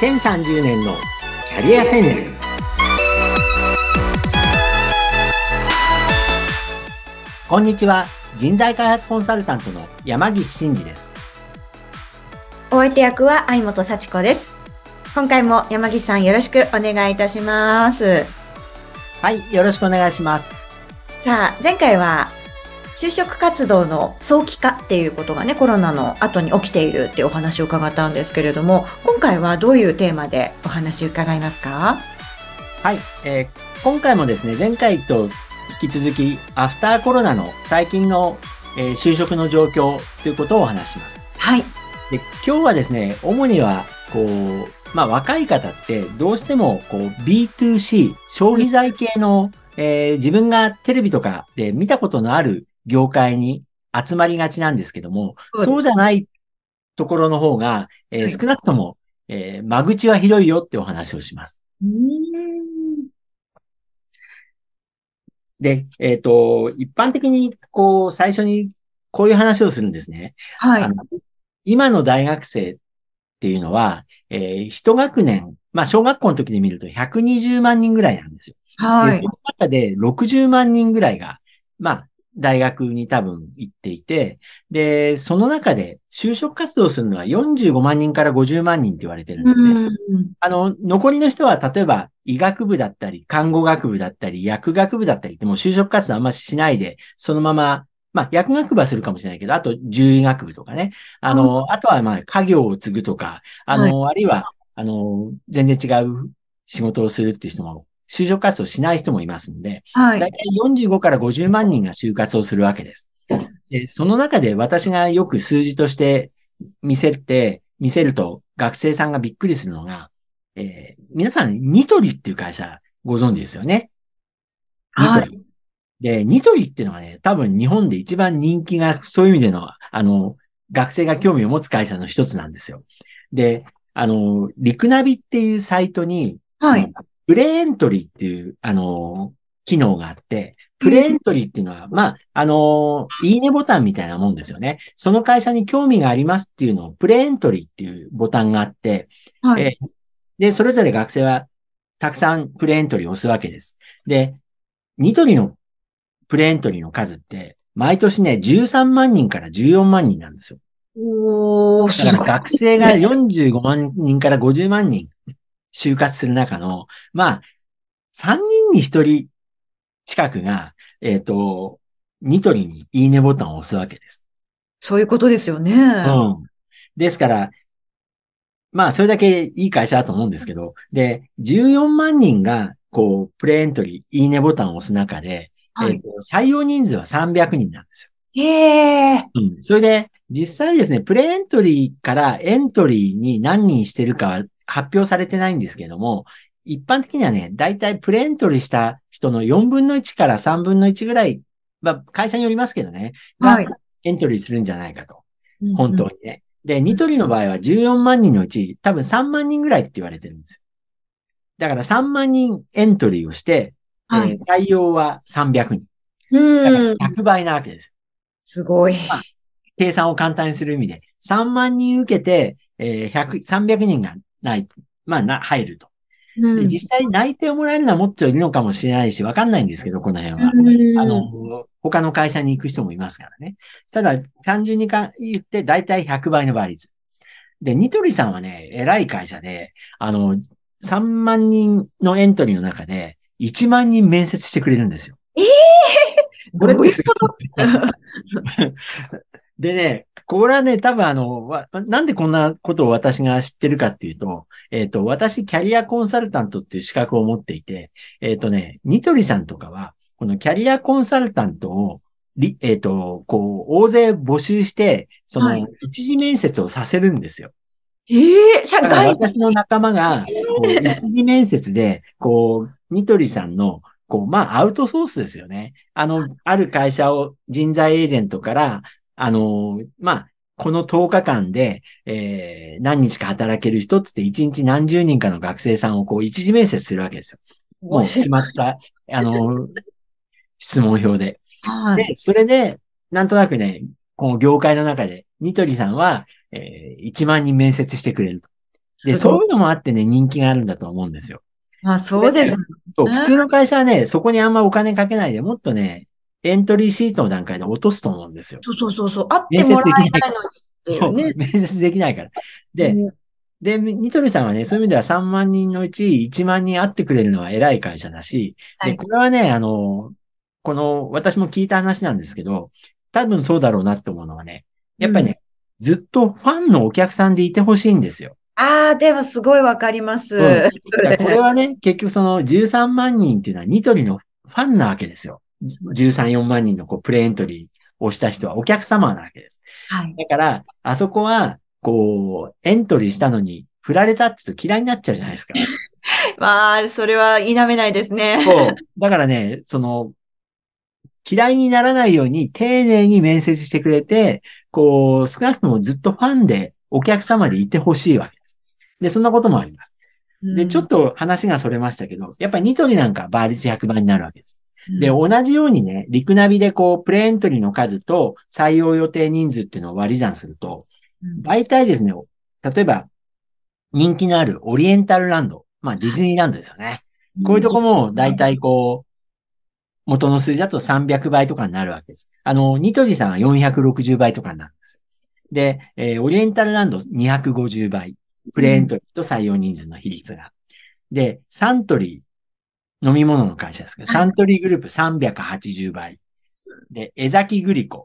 2030年のキャリア戦略。こんにちは。人材開発コンサルタントの山岸真嗣です。 お相手役は相本幸子です。今回も山岸さんよろしくお願いいたします。 はい、よろしくお願いします。 さあ、前回は就職活動の早期化っていうことがね、コロナの後に起きているっていうお話を伺ったんですけれども、今回はどういうテーマでお話を伺いますか？ はい、今回もですね、前回と引き続きアフターコロナの最近の、就職の状況ということをお話します。 はい。 で、今日はですね、主には若い方ってどうしてもB2C 消費財系の、自分がテレビとかで見たことのある業界に集まりがちなんですけども、そうじゃないところの方が、少なくとも、間口は広いよってお話をします。で、一般的に最初にこういう話をするんですね。 はい。 今の大学生っていうのは、一学年、小学校の時で見ると120万人ぐらいなんですよ。で、 はい。 その中で60万人ぐらいが、大学に多分行っていて、で、その中で就職活動するのは45万人から50万人って言われてるんですね。残りの人は、例えば、医学部だったり、看護学部だったり、薬学部だったりって、もう就職活動あんましないで、そのまま、薬学部はするかもしれないけど、あと、獣医学部とかね。あとは、家業を継ぐとか、あるいは、全然違う仕事をするっていう人も、就職活動しない人もいますんで、 はい。 だいたい45から50万人が就活をするわけです。で、その中で私がよく数字として見せると学生さんがびっくりするのが、皆さん、ニトリっていう会社ご存知ですよね。ニトリ。で、ニトリっていうのはね、多分日本で一番人気が、そういう意味での、学生が興味を持つ会社の一つなんですよ。で、リクナビっていうサイトに、 はい。 プレエントリーっていう、機能があって、プレエントリーっていうのは、いいねボタンみたいなもんですよね。その会社に興味がありますっていうのを、プレエントリーっていうボタンがあって、 はい。 で、それぞれ学生はたくさんプレエントリーを押すわけです。で、ニトリのプレエントリーの数って、毎年ね、13万人から14万人なんですよ。 おー、 だからすごい学生が45万人から50万人就活する中の、3人に1人近くが、ニトリにいいねボタンを押すわけです。 そういうことですよね。 うん。ですから、それだけいい会社だと思うんですけど、で、14万人が、プレエントリー、いいねボタンを押す中で、 はい。 採用人数は300人なんですへえ。 よ。うん。それで、実際ですね、プレエントリーからエントリーに何人してるかは発表されてないんですけども、一般的にはね、だいたいプレエントリーした人の4分の1から3分の1ぐらい、会社によりますけどね、がはい。 エントリーするんじゃないかと。 うんうん。 本当にね。で、ニトリの場合は14万人のうち多分3万人ぐらいって言われてるんですよ。だから3万人エントリーをして、 はい。 採用は300人。だからうん。 100倍なわけです。 すごい。 計算を簡単にする意味で。3万人受けて、100、300人がない、入ると。で、 うん。 実際内定をもらえるのはもっといるのかもしれないし、わかんないんですけど、この辺は。 うん。 他の会社に行く人もいますからね。ただ、単純に言って、だいたい100倍の倍率。で、ニトリさんはね、偉い会社で、3万人のエントリーの中で、1万人面接してくれるんですよ。 ええー、 これってすごどういうこと？ いんですよ。でね、これはね、多分なんでこんなことを私が知ってるかっていうと、私、キャリアコンサルタントっていう資格を持っていて、ニトリさんとかは、このキャリアコンサルタントを、大勢募集して、そはい。 の、一次面接をさせるんですよ。 ええー、社だから外私の仲間が、一次面接で、ニトリさんの、アウトソースですよね。ある会社を人材エージェントから、この10日間で、何日か働ける人っつって1日何十人かの学生さんを一次面接するわけですよ。もう面白い。 決まった、質問票で。で、 はい。 それで、なんとなくね、この業界の中で、ニトリさんは、1万人面接してくれると。 で、 すごい。 そういうのもあってね、人気があるんだと思うんですよ。 あ、 これね、 そうですね。 そう、普通の会社はね、そこにあんまお金かけないでもっとね、エントリーシートの段階で落とすと思うんですよ。 そうそうそうそう。会っ面てもら接できない。 えないのにっていうそう、 ね。 面接できないから。で、 うんニトリさんはね、そういう意味では3万人のうち1万人会ってくれるのは偉い会社だし、で、 はい。 これはね、私も聞いた話なんですけど、多分そうだろうなって思うのはね、やっうん。 ぱりね、ずっとファンのお客さんでいてほしいんですよ。 ああ、でもすごいわかりまうん。だす。そからこれれ。 はね、結局その13万人っていうのはニトリのファンなわけですよ。 そうです。 13、4万人のプレエントリーをした人はお客様なわけです。 はい。 だから、あそこは、エントリーしたのに振られたって言うと嫌いになっちゃうじゃないですか。 まあ、それは否めないですね。 そう。だからね、嫌いにならないように丁寧に面接してくれて、少なくともずっとファンでお客様でいてほしいわけです。で、そんなこともあります。で、ちょうん。 っと話がそれましたけど、やっぱりニトリなんか倍率100倍になるわけです。で、 うん。 同じようにね、リクナビでプレエントリーの数と採用予定人数っていうのを割り算すると、 うん。 大体ですね、例えば人気のあるオリエンタルランド、まあディはい。 ズニーランドですよね。こういううん。 とこも大体元の数字だと300倍とかになるわけです。ニトリさんは460倍とかになるんですよ。で、オリエンタルランド250倍。プうん。 レエントリーと採用人数の比率が。で、サントリー、飲み物の会社ですけど、 はい。 サントリーグループ380倍。で、江崎グリコ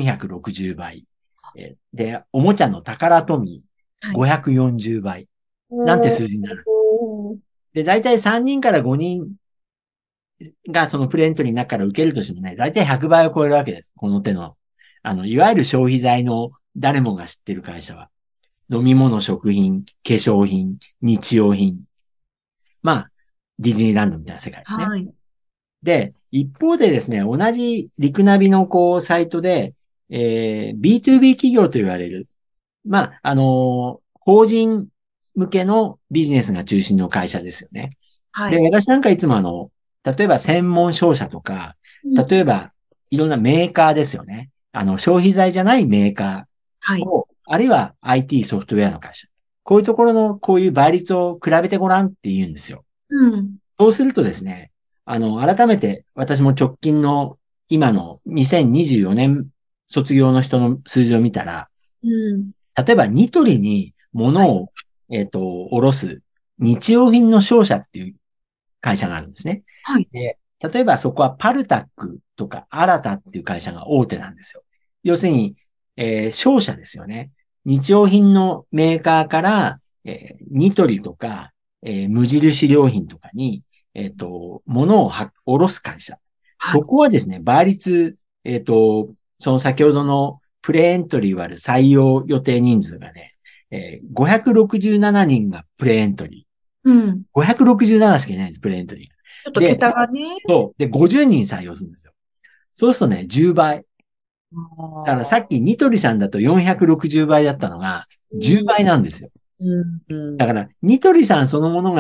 460倍。で、おもちゃのタカラトミーはい。 540倍。なんてお数字になる。 ー。 で、だいたい3人から5人がそのプレエントリーの中から受けるとしてもね、だいたい100倍を超えるわけです。この手の。いわゆる消費財の誰もが知ってる会社は。飲み物、食品、化粧品、日用品。まあ、ディズニーランドみたいな世界ですね。 はい。 で、一方でですね、同じリクナビのサイトで、B2B 企業と言われる、まあ、法人向けのビジネスが中心の会社ですよね。で、 はい。 私なんかいつも例えば専門商社とか、 うん。 例えばいろんなメーカーですよね。消費財じゃないメーカはい。 ーを、あるいは IT ソフトウェアの会社。こういうところのこういう倍率を比べてごらんって言うんですよ。 うん。 そうするとですね、改めて私も直近の今の2024年卒業の人の数字を見たら、 うん。 例えばニトリにはい。 物を、卸す日用品の商社っていう会社があるんですね。 はい。 で、例えばそこはパルタックとかアラタっていう会社が大手なんですよ。要するに、商社ですよね。日用品のメーカーから、ニトリとか、無印良品とかに、物を卸す会社。そはい。 こはですね、倍率、その先ほどのプレエントリー割る採用予定人数がね、567人がプレエントリー。 うん。 567しかいないんです、プレエントリーが。 ちょっとで、 桁がね。 で、50人採用するんですよ。そうするとね、10倍。 あだからさっあ。 きニトリさんだと460倍だったのが10 うん。 倍なんですよ。 うん。うん。 だから、ニトリさんそのものが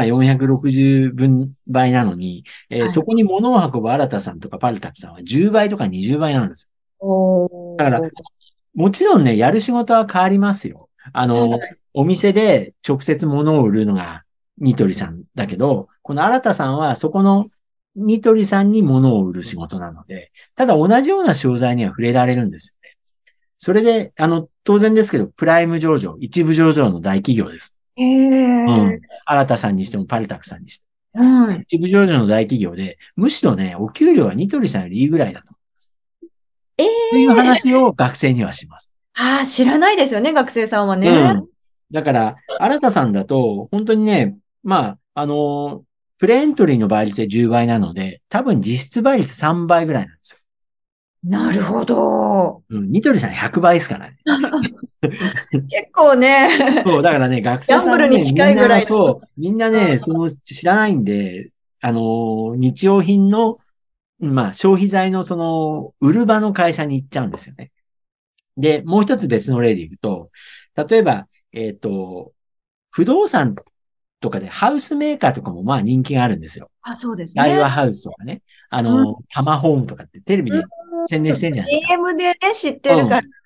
460分倍なのに、 はい。 そこに物を運ぶ新田さんとかパルタクさんは10倍とか20倍なんですよ。だから、 おー。 もちろんね、やる仕事は変わりますよ。 はい。 お店で直接物を売るのがニトリさんだけど、この新田さんはそこのニトリさんに物を売る仕事なので、ただ同じような商材には触れられるんですよね。それで、当然ですけど、プライム上場、一部上場の大企業です。 へえ。 うん。新田さんにしてもパルタクさんにしても。 はい。 一部上場の大企業で、むしろね、お給料はニトリさんよりいいぐらいだと。 えという話え。 を学生にはします。 ああ、知らないですよね、学生さんはね。 うん。だから、新田さんだと、本当にね、まあ、プレエントリーの倍率で10倍なので、多分実質倍率3倍ぐらいなんですよ。 なるほど。 うん。ニトリさん100倍ですからね。 結構ね、 そう、だからね、学ギャンブルに生さんね、みんな、 近いぐらいの。 そう、みんなね、知らないんで、日用品の、まあ、消費財の売る場の会社に行っちゃうんですよね。で、もう一つ別の例で言うと、例えば、不動産とかでハウスメーカーとかもまあ人気があるんですよ。 あ、そうですね。 大和ハウスとかね。 うん。 タマホームとかってテレビで宣伝うん。 してるじゃないですか。 CM でね、知ってるうん。 から。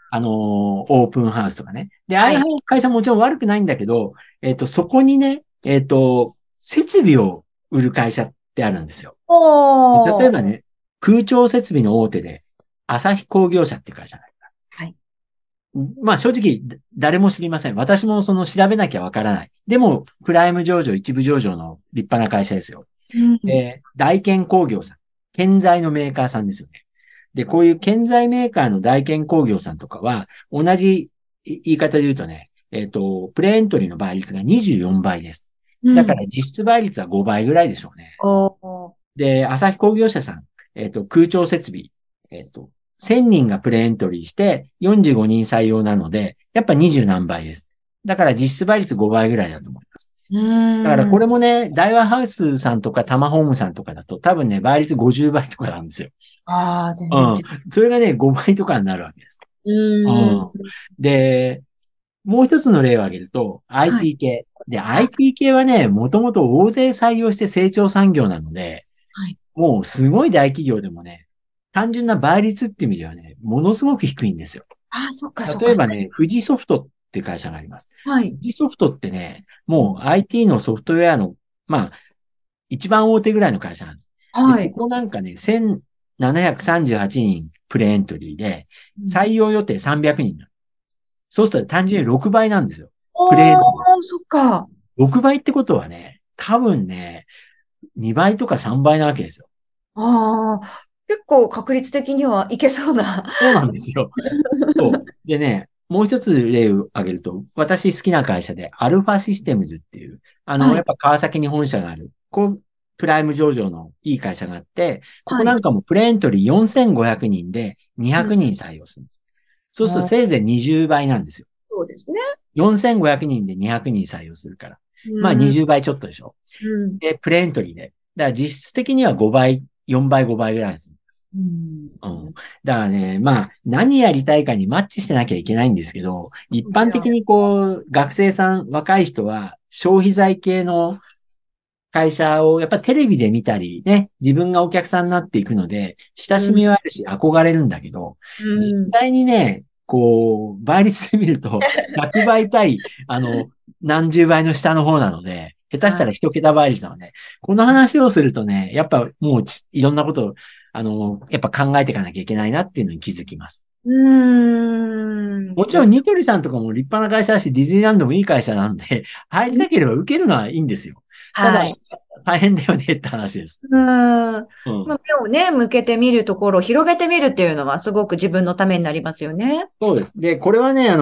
オープンハウスとかね。で、ああいうはい。 会社ももちろん悪くないんだけど、そこにね、設備を売る会社ってあるんですよ。で例おー。 えばね、空調設備の大手で、朝日工業社っていう会社があります。 はい。 まあ正直、誰も知りません。私もその調べなきゃわからない。でも、プライム上場、一部上場の立派な会社ですよ。 うん。 大建工業さん。建材のメーカーさんですよね。で、こういう建材メーカーの大建工業さんとかは、同じ言い方で言うとね、プレエントリーの倍率が24倍です。だからうん。 実質倍率は5倍ぐらいでしょうね。 おー。 で、朝日工業者さん、空調設備、1000人がプレエントリーして45人採用なので、やっぱ20何倍です。だから実質倍率5倍ぐらいだと思います。 うだからーん。 これもね、大和ハウスさんとかタマホームさんとかだと多分ね、倍率50倍とかなんですよ。 ああ、全うん。 然違う。 それがね、5倍とかになるわけです。 ううん。 ーん。 で、もう一つの例を挙げると、 はい。 IT 系。で、 あ、 IT 系はね、もともと大勢採用して成長産業なので、 はい。 もうすごい大企業でもね、単純な倍率っていう意味ではね、ものすごく低いんですよ。 ああ、そっかそっか。 例えばね、富士ソフトっていう会社があります。 はい。 富士ソフトってね、もう IT のソフトウェアの、まあ、一番大手ぐらいの会社なんです。で、こはい。 こなんかね、1738人プレエントリーで、 うん。 採用予定300人なの。そうすると単純に6倍なんですよ。プレエンおー、 トリー。 そっか。 6倍ってことはね、多分ね、2倍とか3倍なわけですよ。 ああ、結構確率的にはいけそうな。 そうなんですよ。そう。でね、もう一つ例を挙げると、私好きな会社で、アルファシステムズっていう、 はい。 やっぱ川崎に本社がある、プライム上場のいい会社があって、ここはい。 なんかもプレエントリー4500人で200 うん。 人採用するんです。そうするとあー、 せいぜい20倍なんですよ。 そうですね。 4500人で200人採用するから。まあうん。 20倍ちょっとでしょ。 うん。 で、プレエントリーで。だから実質的には5倍、4倍、5倍ぐらい。 うん。 うん。だからね、まあ、何やりたいかにマッチしてなきゃいけないんですけど、一もちろん。 般的にこう、学生さん、若い人は、消費財系の会社をやっぱテレビで見たり、ね、自分がお客さんになっていくので、親しうん。 みはあるし、憧れるんだけど、 うん。 実際にね、こう、倍率で見ると、100倍対、何十倍の下の方なので、下手したらはい。 一桁倍率なので、この話をするとね、やっぱもういろんなことを、やっぱ考えていかなきゃいけないなっていうのに気づきます。 うーん。 もちろん、ニトリさんとかも立派な会社だし、ディズニーランドもいい会社なんで、入りたければ受けるのはいいんですよ。ただ、 はい。 大変だよねって話です。 うーん。 うん。 まあ、目をね、向けてみるところを広げてみるっていうのはすごく自分のためになりますよね。 そうです。で、これはね、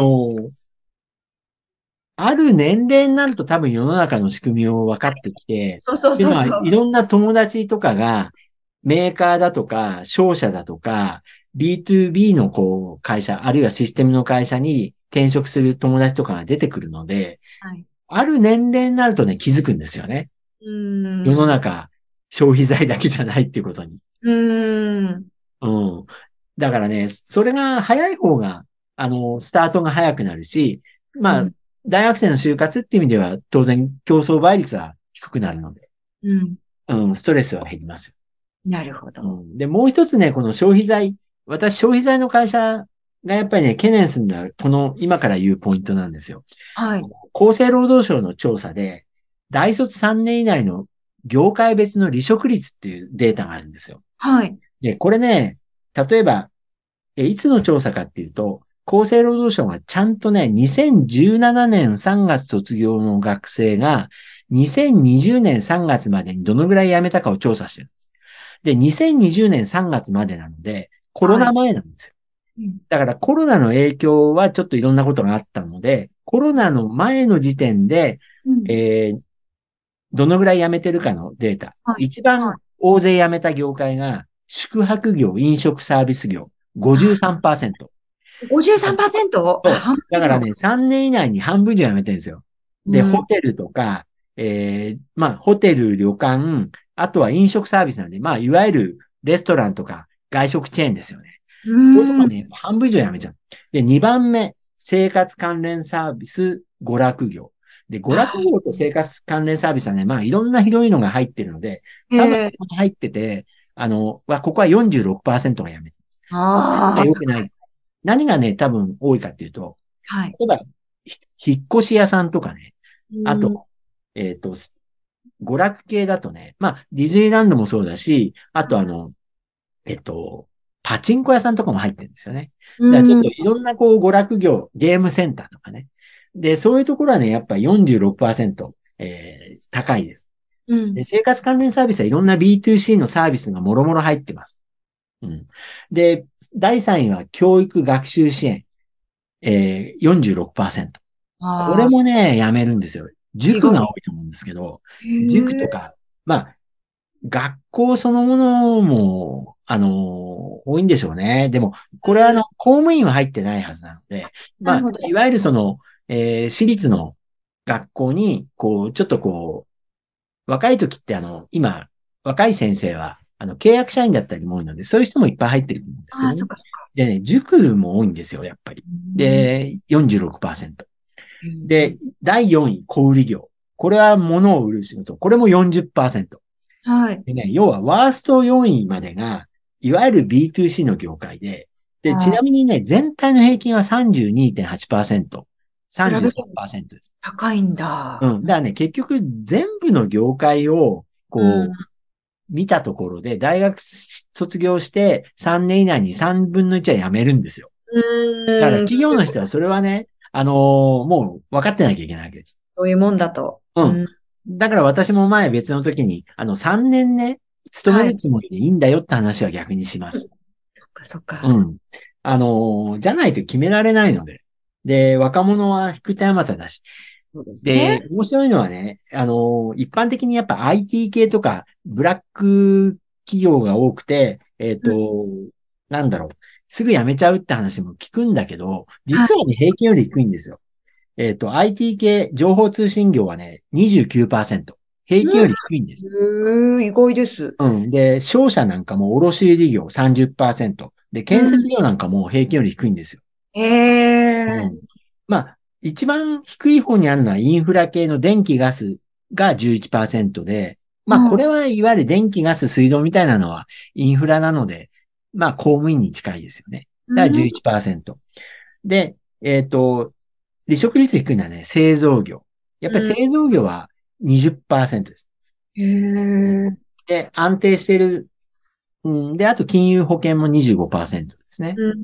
ある年齢になると多分世の中の仕組みを分かってきて、 そうそうっていうのは、 そうそう。 いろんな友達とかが、メーカーだとか、商社だとか、B2B のこう、会社、あるいはシステムの会社に転職する友達とかが出てくるので、 はい。 ある年齢になるとね、気づくんですよね。 うーん。 世の中、消費財だけじゃないっていうことに。 うーん。 うん。だからね、それが早い方が、スタートが早くなるし、まあ、 うん。 大学生の就活っていう意味では、当然競争倍率は低くなるので、 うん。 うん、ストレスは減りますよ。 なるほど。 うん。で、もう一つね、この消費財、私消費財の会社がやっぱりね、懸念するのは、この今から言うポイントなんですよ。 はい。 厚生労働省の調査で、大卒3年以内の業界別の離職率っていうデータがあるんですよ。 はい。 で、これね、例えば、いつの調査かっていうと、厚生労働省がちゃんとね、2017年3月卒業の学生が、2020年3月までにどのぐらい辞めたかを調査してるんです。で、2020年3月までなので、コロナはい。 前なんですよ。 うん。 だからコロナの影響はちょっといろんなことがあったので、コロナの前の時点で、 うん。 えーどのぐらい辞めてるかのデータ。 はい。 一番大勢辞めた業界が、宿泊業、飲食サービス業、53%。 53%？ あ、 そう。 半分以上。 だからね、3年以内に半分以上辞めてるんですよ。で、ホうん。 テルとか、まあ、ホテル、旅館、あとは飲食サービスなんで、まあ、いわゆるレストランとか外食チェーンですよね。 うこういうとこん。 ね、半分以上辞めちゃう。で、2番目、生活関連サービス、娯楽業。で、娯楽あ業と生活関連サービスはね、まあ、いろんな広いのが入ってるので、 ー、 多分、こえー、 こに入ってて、ここは46%が辞めてます。 ああ、 良くない。 何がね、多分多いかっていうと、 はい。 例えば、引っ越し屋さんとかね、あうん。 と、えっと、娯楽系だとね、まあ、ディズニーランドもそうだし、あとえっと、パチンコ屋さんとかも入ってるんですよね。 うだからちょっん。 といろんなこう娯楽業、ゲームセンターとかね。で、そういうところはね、やっぱ46%、高いです。 うん。 で、生活関連サービスはいろんな B2C のサービスがもろもろ入ってます。うん。で、第3位は教育学習支援、46%。これああ、 もね、やめるんですよ。塾が意外。 多いと思うんですけど、 へ塾とえ。 か、まあ、学校そのものも、多いんでしょうね。でも、これはうん。 公務員は入ってないはずなので、まあ、 なるほど。 いわゆる私立の学校に、こう、ちょっとこう、若い時って今、若い先生は、契約社員だったりも多いので、そういう人もいっぱい入ってると思うんですけああ、 どね。 そっかそっか。 でね、塾も多いんですよ、やっぱり。 うん。 で、46%。 へえ。 で、第4位、小売業。これは物を売る仕事。これも40%。 はい。 でね、要はワースト4位までが、いわゆる B2C の業界で、で、ちああ、 なみにね、全体の平均は32.8%、 比べると 33%です。 高いんだ。 うん。だからね、結局全部の業界を、 うん。 こう、見たところで、大学卒業して3年以内に3分の1は辞めるんですよ。だからうーん。 企業の人はそれはね、もう分かってなきゃいけないわけです。 そういうもんだと。 うん。 うん。 だから私も前別の時に、3年ね、勤めはい。 るつもりでいいんだよって話は逆にしまうん。 す。 そっかそっか。 うん。じゃないと決められないので。で、若者は引く手あまただし。 そうですね。 で、面白いのはね、一般的にやっぱ IT 系とか、ブラック企業が多くて、 うん。 なんだろう、すぐ辞めちゃうって話も聞くんだけど、 はい。 実はね、平均より低いんですよ。IT 系情報通信業はね、29%。平均より低いんです。 うん。へえ、意外です。 うん。で、商社なんかも卸売業30%。で、建うん。 設業なんかも平均より低いんですよ。 へえ。 うん。まあ、一番低い方にあるのはインフラ系の電気ガスが11%で、まあ、これうん。 はいわゆる電気ガス水道みたいなのはインフラなので、まあ、公務員に近いですよね。だからうん。 11%。で、離職率低いのはね、製造業。やっぱりうん。 製造業は20%です。 へえ。 で、安定してる。うん、で、あと金融保険も25%ですね。 うん。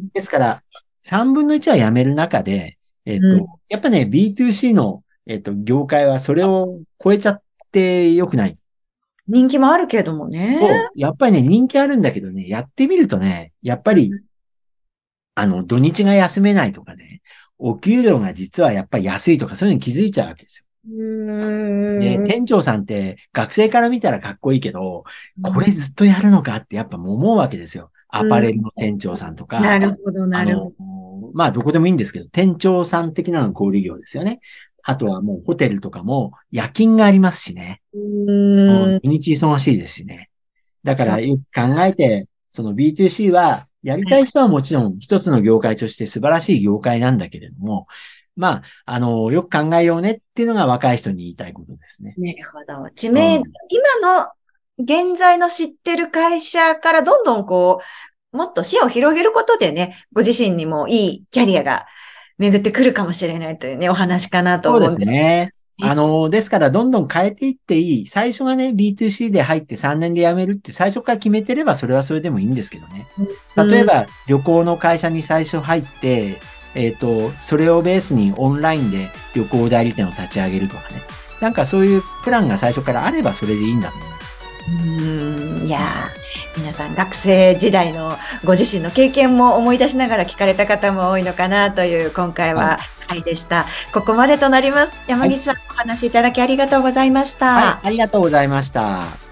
ですから、3分の1は辞める中で、 うん。 やっぱね、B2C の、業界はそれを超えちゃって良くない。 人気もあるけどもね。 やっぱりね、人気あるんだけどね、やってみるとね、やっぱり、土日が休めないとかね、お給料が実はやっぱり安いとか、そういうのに気づいちゃうわけですよ。 うで、 ーん。 店長さんって学生から見たらかっこいいけど、これうん。 ずっとやるのかってやっぱ思うわけですよ。アパうん。 レルの店長さんとか、 なるほど、なるほど。 まあどこでもいいんですけど、店長さん的なの小売業ですよね。あとはもうホテルとかも夜勤がありますしね。 ううん、 ーん。 土日忙しいですしね。だかそう。 らよく考えて、その B2C は、やりたい人はもちろん一つの業界として素晴らしい業界なんだけれども、まあ、よく考えようねっていうのが若い人に言いたいことですね。 なるほど。 うん。 今の現在の知ってる会社からどんどんこう、もっと視野を広げることでね、ご自身にもいいキャリアが巡ってくるかもしれないというね、お話かなとそうで思うんですすね。 ね。 ですからどんどん変えていっていい。最初がね、B2C で入って3年で辞めるって最初から決めてればそれはそれでもいいんですけどね。例うん。 えば旅行の会社に最初入って、それをベースにオンラインで旅行代理店を立ち上げるとかね。なんかそういうプランが最初からあればそれでいいんだと思います。 いやー、皆さん学生時代のご自身の経験も思い出しながら聞かれた方も多いのかなという今回はい。 は回でした。ここまでとなります。 はい。 山岸さんお話しいただきありがとうございましはい。 た。 ありがとうございました。